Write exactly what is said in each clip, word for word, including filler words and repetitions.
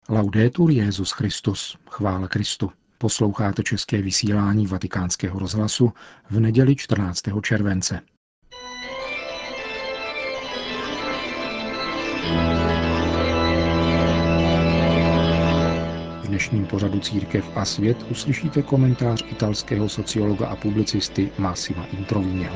Laudetur Jesus Christus, chvála Kristu. Posloucháte české vysílání Vatikánského rozhlasu v neděli čtrnáctého července. V dnešním pořadu Církev a svět uslyšíte komentář italského sociologa a publicisty Massima Introviněho.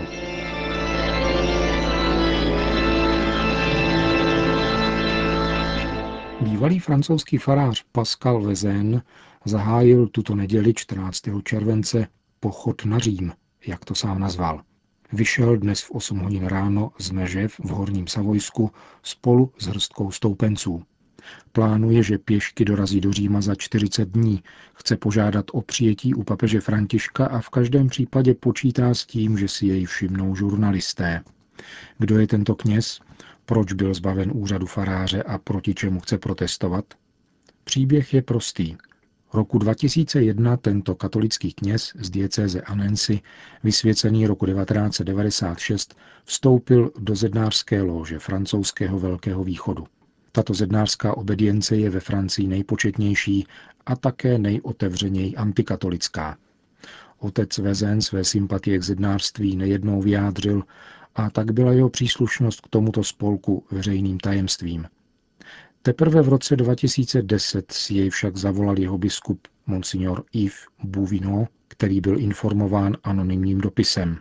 Bývalý francouzský farář Pascal Vezin zahájil tuto neděli čtrnáctého července pochod na Řím, jak to sám nazval. Vyšel dnes v osm hodin ráno z Mežev v Horním Savojsku spolu s hrstkou stoupenců. Plánuje, že pěšky dorazí do Říma za čtyřicet dní, chce požádat o přijetí u papeže Františka a v každém případě počítá s tím, že si jej všimnou žurnalisté. Kdo je tento kněz? Proč byl zbaven úřadu faráře a proti čemu chce protestovat? Příběh je prostý. Roku dva tisíce jedna tento katolický kněz z diecéze Annecy, vysvěcený roku devatenáct set devadesát šest, vstoupil do zednářské lóže francouzského Velkého východu. Tato zednářská obedience je ve Francii nejpočetnější a také nejotevřeněji antikatolická. Otec Vezin své sympatie k zednářství nejednou vyjádřil a tak byla jeho příslušnost k tomuto spolku veřejným tajemstvím. Teprve v roce dva tisíce deset si jej však zavolal jeho biskup Monsignor Yves Bouvignon, který byl informován anonymním dopisem.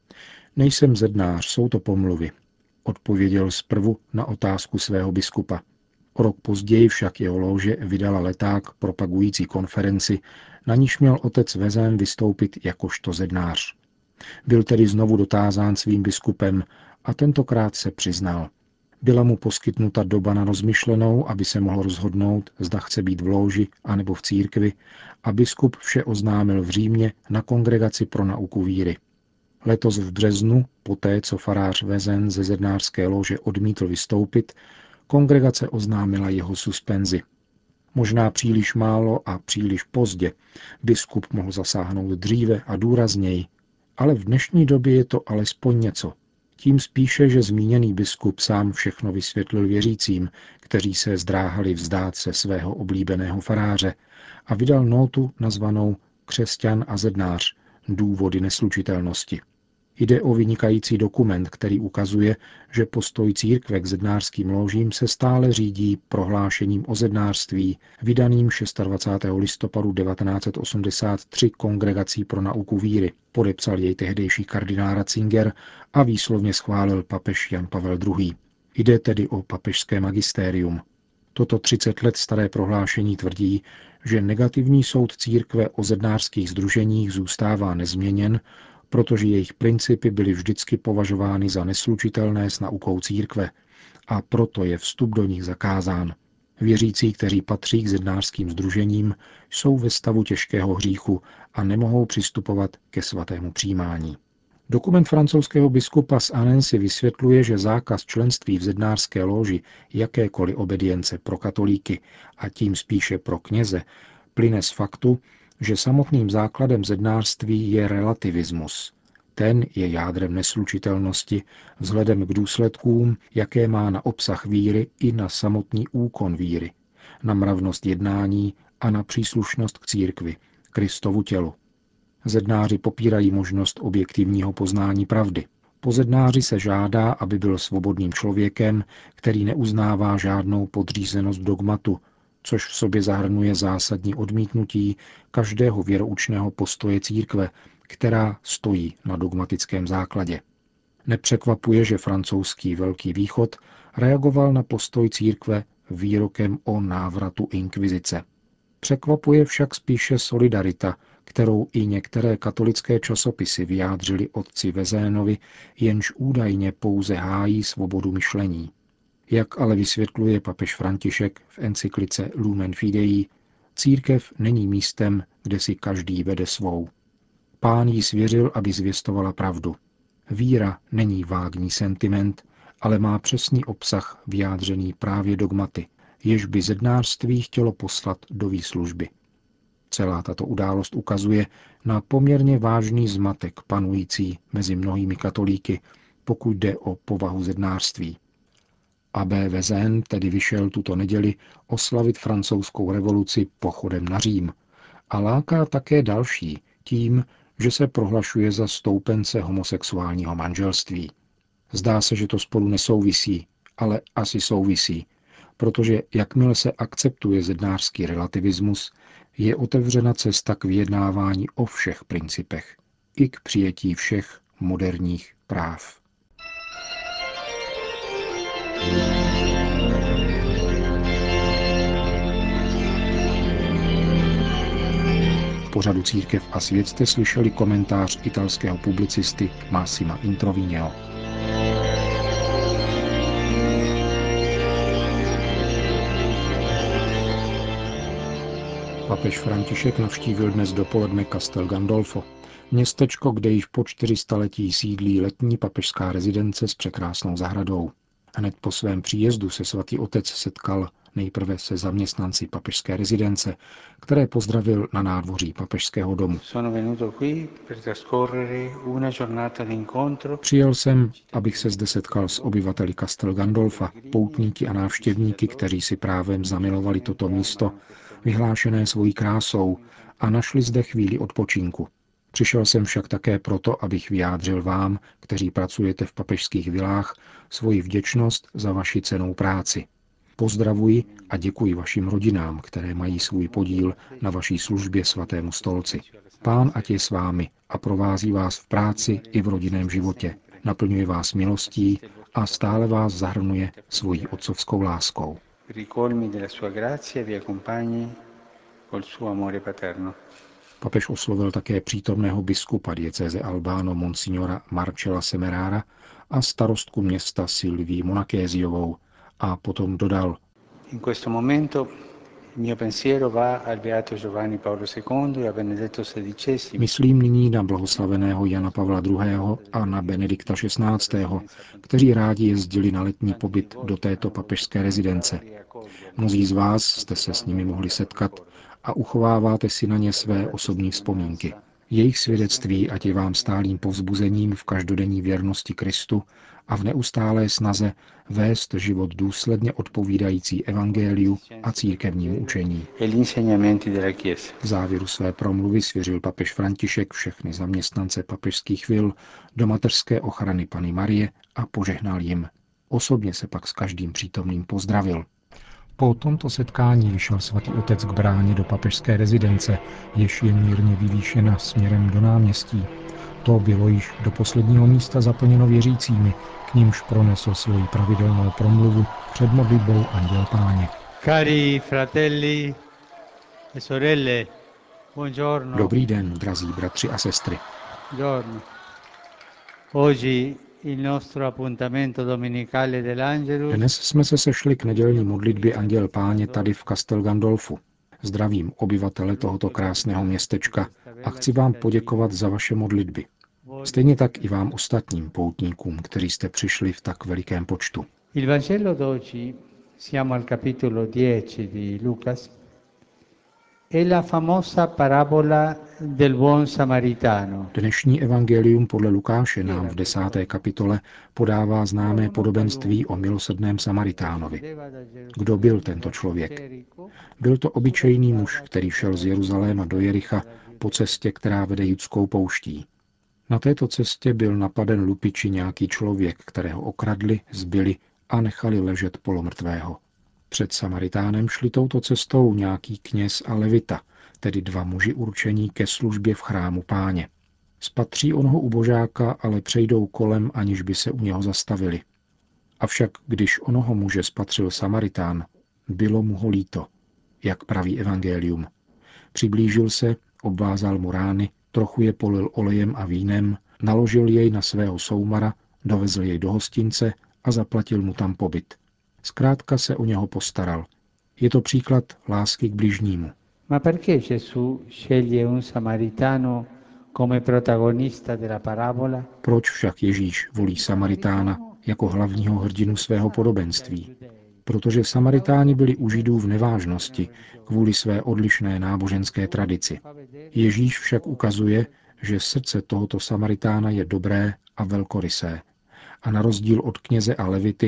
Nejsem zednář, jsou to pomluvy, odpověděl zprvu na otázku svého biskupa. O rok později však jeho lóže vydala leták propagující konferenci, na níž měl otec Vezin vystoupit jakožto zednář. Byl tedy znovu dotázán svým biskupem a tentokrát se přiznal. Byla mu poskytnuta doba na rozmyšlenou, aby se mohl rozhodnout, zda chce být v lóži anebo v církvi, a biskup vše oznámil v Římě na Kongregaci pro nauku víry. Letos v březnu, poté co farář Vezin ze zednářské lóže odmítl vystoupit, kongregace oznámila jeho suspenzi. Možná příliš málo a příliš pozdě, biskup mohl zasáhnout dříve a důrazněji, ale v dnešní době je to alespoň něco. Tím spíše, že zmíněný biskup sám všechno vysvětlil věřícím, kteří se zdráhali vzdát se svého oblíbeného faráře, a vydal nótu nazvanou Křesťan a zednář, důvody neslučitelnosti. Jde o vynikající dokument, který ukazuje, že postoj církve k zednářským lóžím se stále řídí prohlášením o zednářství, vydaným dvacátého šestého listopadu devatenáct set osmdesát tři Kongregací pro nauku víry. Podepsal jej tehdejší kardinál Ratzinger a výslovně schválil papež Jan Pavel druhý. Jde tedy o papežské magistérium. Toto třicet let staré prohlášení tvrdí, že negativní soud církve o zednářských sdruženích zůstává nezměněn, protože jejich principy byly vždycky považovány za neslučitelné s naukou církve a proto je vstup do nich zakázán. Věřící, kteří patří k zednářským sdružením, jsou ve stavu těžkého hříchu a nemohou přistupovat ke svatému přijímání. Dokument francouzského biskupa z Annecy vysvětluje, že zákaz členství v zednářské lóži jakékoliv obedience pro katolíky a tím spíše pro kněze plyne z faktu, že samotným základem zednářství je relativismus. Ten je jádrem neslučitelnosti vzhledem k důsledkům, jaké má na obsah víry i na samotný úkon víry, na mravnost jednání a na příslušnost k církvi, Kristovu tělu. Zednáři popírají možnost objektivního poznání pravdy. Po zednáři se žádá, aby byl svobodným člověkem, který neuznává žádnou podřízenost dogmatu, což v sobě zahrnuje zásadní odmítnutí každého věroučného postoje církve, která stojí na dogmatickém základě. Nepřekvapuje, že francouzský Velký východ reagoval na postoj církve výrokem o návratu inkvizice. Překvapuje však spíše solidarita, kterou i některé katolické časopisy vyjádřili otci Vezinovi, jenž údajně pouze hájí svobodu myšlení. Jak ale vysvětluje papež František v encyklice Lumen Fidei, církev není místem, kde si každý vede svou. Pán jí svěřil, aby zvěstovala pravdu. Víra není vágní sentiment, ale má přesný obsah vyjádřený právě dogmaty, jež by zednářství chtělo poslat do výslužby. Celá tato událost ukazuje na poměrně vážný zmatek panující mezi mnohými katolíky, pokud jde o povahu zednářství. Abbé Vezén tedy vyšel tuto neděli oslavit francouzskou revoluci pochodem na Řím a láká také další tím, že se prohlašuje za stoupence homosexuálního manželství. Zdá se, že to spolu nesouvisí, ale asi souvisí, protože jakmile se akceptuje zednářský relativismus, je otevřena cesta k vyjednávání o všech principech i k přijetí všech moderních práv. V pořadu Církev a svět jste slyšeli komentář italského publicisty Massima Introvigneo. Papež František navštívil dnes dopoledne Castel Gandolfo, městečko, kde již po čtyři staletí sídlí letní papežská rezidence s překrásnou zahradou. Hned po svém příjezdu se svatý otec setkal nejprve se zaměstnanci papežské rezidence, které pozdravil na nádvoří papežského domu. Přijel jsem, abych se zde setkal s obyvateli Castel Gandolfa, poutníky a návštěvníky, kteří si právem zamilovali toto místo, vyhlášené svojí krásou, a našli zde chvíli odpočinku. Přišel jsem však také proto, abych vyjádřil vám, kteří pracujete v papežských vilách, svoji vděčnost za vaši cennou práci. Pozdravuji a děkuji vašim rodinám, které mají svůj podíl na vaší službě svatému stolci. Pán ať je s vámi a provází vás v práci i v rodinném životě. Naplňuje vás milostí a stále vás zahrnuje svojí otcovskou láskou. Papež oslovil také přítomného biskupa diecéze Albano monsignora Marcella Semerara a starostku města Silvii Monakéziovou a potom dodal: Myslím nyní na blahoslaveného Jana Pavla druhého. a na Benedikta šestnáctého., kteří rádi jezdili na letní pobyt do této papežské rezidence. Mnozí z vás jste se s nimi mohli setkat a uchováváte si na ně své osobní vzpomínky. Jejich svědectví ať je vám stálým povzbuzením v každodenní věrnosti Kristu a v neustálé snaze vést život důsledně odpovídající evangeliu a církevnímu učení. V závěru své promluvy svěřil papež František všechny zaměstnance papežských vil do mateřské ochrany Panny Marie a požehnal jim. Osobně se pak s každým přítomným pozdravil. Po tomto setkání vyšel svatý otec k bráně do papežské rezidence, jež je mírně vyvýšena směrem do náměstí. To bylo již do posledního místa zaplněno věřícími, k nímž pronesl svoji pravidelnou promluvu před modlitbou Anděl Páně. Cari fratelli e sorelle, buongiorno. Dobrý den, drazí bratři a sestry. Buongiorno. Oggi Dnes jsme se sešli k nedělní modlitbě Anděl Páně tady v Castel Gandolfu. Zdravím obyvatele tohoto krásného městečka a chci vám poděkovat za vaše modlitby. Stejně tak i vám ostatním poutníkům, kteří jste přišli v tak velikém počtu. Il Vangelo d'oggi, siamo al capitolo dieci di Lucas. Dnešní evangelium podle Lukáše nám v desáté kapitole podává známé podobenství o milosrdném Samaritánovi. Kdo byl tento člověk? Byl to obyčejný muž, který šel z Jeruzaléma do Jericha po cestě, která vede judskou pouští. Na této cestě byl napaden lupiči nějaký člověk, kterého okradli, zbili a nechali ležet polomrtvého. Před Samaritánem šli touto cestou nějaký kněz a levita, tedy dva muži určení ke službě v chrámu Páně. Spatří onoho ubožáka, ale přejdou kolem, aniž by se u něho zastavili. Avšak když onoho muže spatřil Samaritán, bylo mu ho líto, jak praví evangelium. Přiblížil se, obvázal mu rány, trochu je polil olejem a vínem, naložil jej na svého soumara, dovezl jej do hostince a zaplatil mu tam pobyt. Zkrátka se o něho postaral. Je to příklad lásky k bližnímu. Ma perché Gesù sceglie un samaritano come protagonista della parabola? Proč však Ježíš volí Samaritána jako hlavního hrdinu svého podobenství? Protože Samaritáni byli u Židů v nevážnosti kvůli své odlišné náboženské tradici. Ježíš však ukazuje, že srdce tohoto Samaritána je dobré a velkorysé. A na rozdíl od kněze a levity,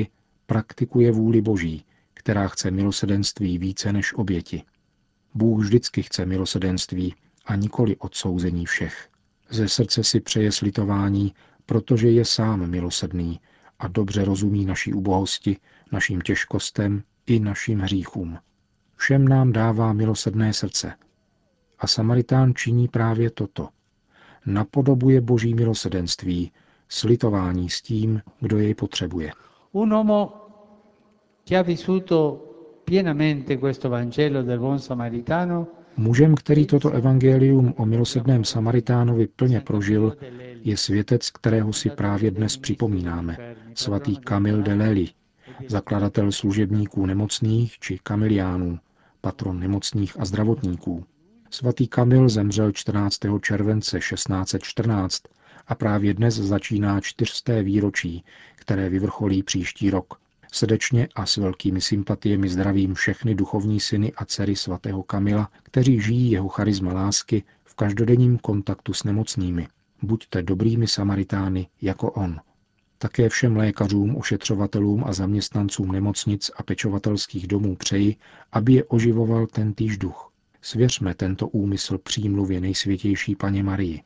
Praktikuje vůli Boží, která chce milosedenství více než oběti. Bůh vždycky chce milosedenství a nikoli odsouzení všech. Ze srdce si přeje slitování, protože je sám milosrdný a dobře rozumí naší ubohosti, našim těžkostem i našim hříchům. Všem nám dává milosrdné srdce. A Samaritán činí právě toto. Napodobuje Boží milosrdenství, slitování s tím, kdo jej potřebuje. Un uomo che ha vissuto pienamente questo Vangelo del buon samaritano. Mužem, který toto evangelium o milosrdném Samaritánovi plně prožil, je světec, kterého si právě dnes připomínáme, svatý Kamil de Lelli, zakladatel služebníků nemocných či kamiliánů, patron nemocných a zdravotníků. Svatý Kamil zemřel čtrnáctého července šestnáct set čtrnáct a právě dnes začíná čtyřsté výročí, které vyvrcholí příští rok. Srdečně a s velkými sympatiemi zdravím všechny duchovní syny a dcery svatého Kamila, kteří žijí jeho charisma lásky v každodenním kontaktu s nemocnými. Buďte dobrými Samaritány jako on. Také všem lékařům, ošetřovatelům a zaměstnancům nemocnic a pečovatelských domů přeji, aby je oživoval tentýž duch. Svěřme tento úmysl přímluvě nejsvětější Panně Marii.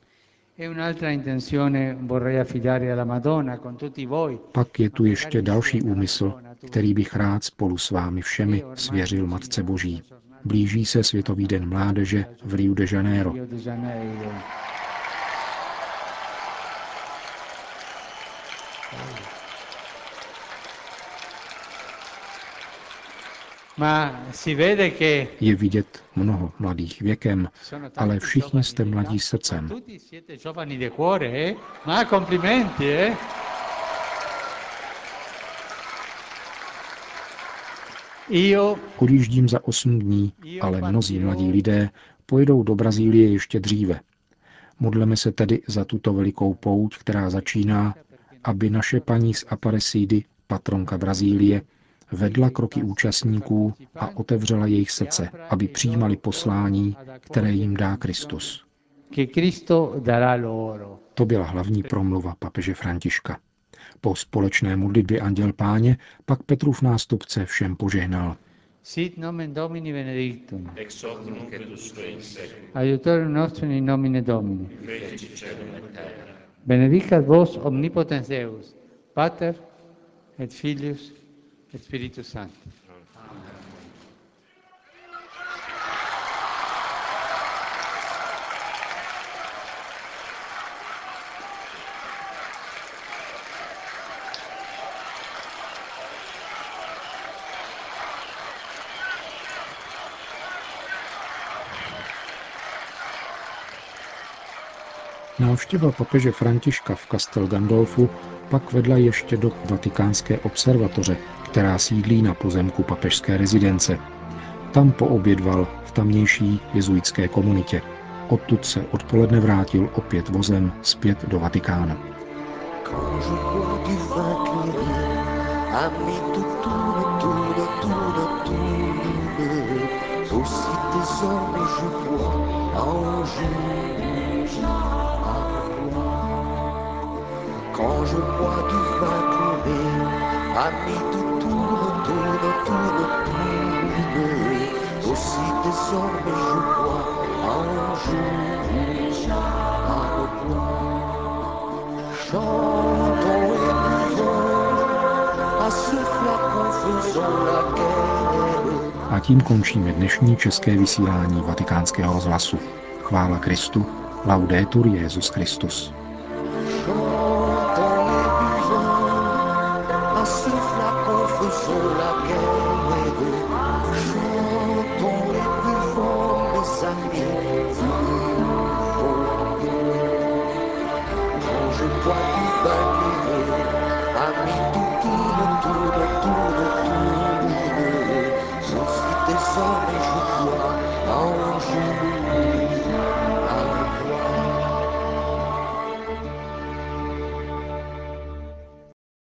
Pak je tu ještě další úmysl, který bych rád spolu s vámi všemi svěřil Matce Boží. Blíží se Světový den mládeže v Rio de Janeiro. Je vidět mnoho mladých věkem, ale všichni jste mladí srdcem. Odjíždím za osm dní, ale mnozí mladí lidé pojedou do Brazílie ještě dříve. Modleme se tedy za tuto velikou pouť, která začíná, aby naše paní z Aparecidy, patronka Brazílie, vedla kroky účastníků a otevřela jejich srdce, aby přijímali poslání, které jim dá Kristus. To byla hlavní promluva papeže Františka. Po společné modlitbě Anděl Páně pak Petrův nástupce všem požehnal. Sit nomen Domini benedictum. Ex hoc nunc et usque in seculum. Aiutorium nostrum in nomine Domini. Feci caelum et terra. Benedicat vos omnipotens Deus, Pater et Filius et Spiritus Sanctus. Návštěva papeže Františka v Castel Gandolfu pak vedla ještě do Vatikánské observatoře, která sídlí na pozemku papežské rezidence. Tam poobědval v tamnější jezuitské komunitě. Odtud se odpoledne vrátil opět vozem zpět do Vatikánu. Quand je bois du vin cloué, ami tout tourne, tourne, tourne, tourne. Aussi désormais je bois un jour à rebours. Chantons et buvons, à ce flacon faisons la guerre. A tím končíme dnešní české vysílání Vatikánského rozhlasu. Chvála Kristu, laudetur Jesus Christus. Chantons et buvons, à ce flacon faisons la guerre. Chantons et buvons, mes amis, vivons. Quand je bois du vin cloué, ami, tout tourne, tourne, tourne, tourne. Aussi désormais je bois un jour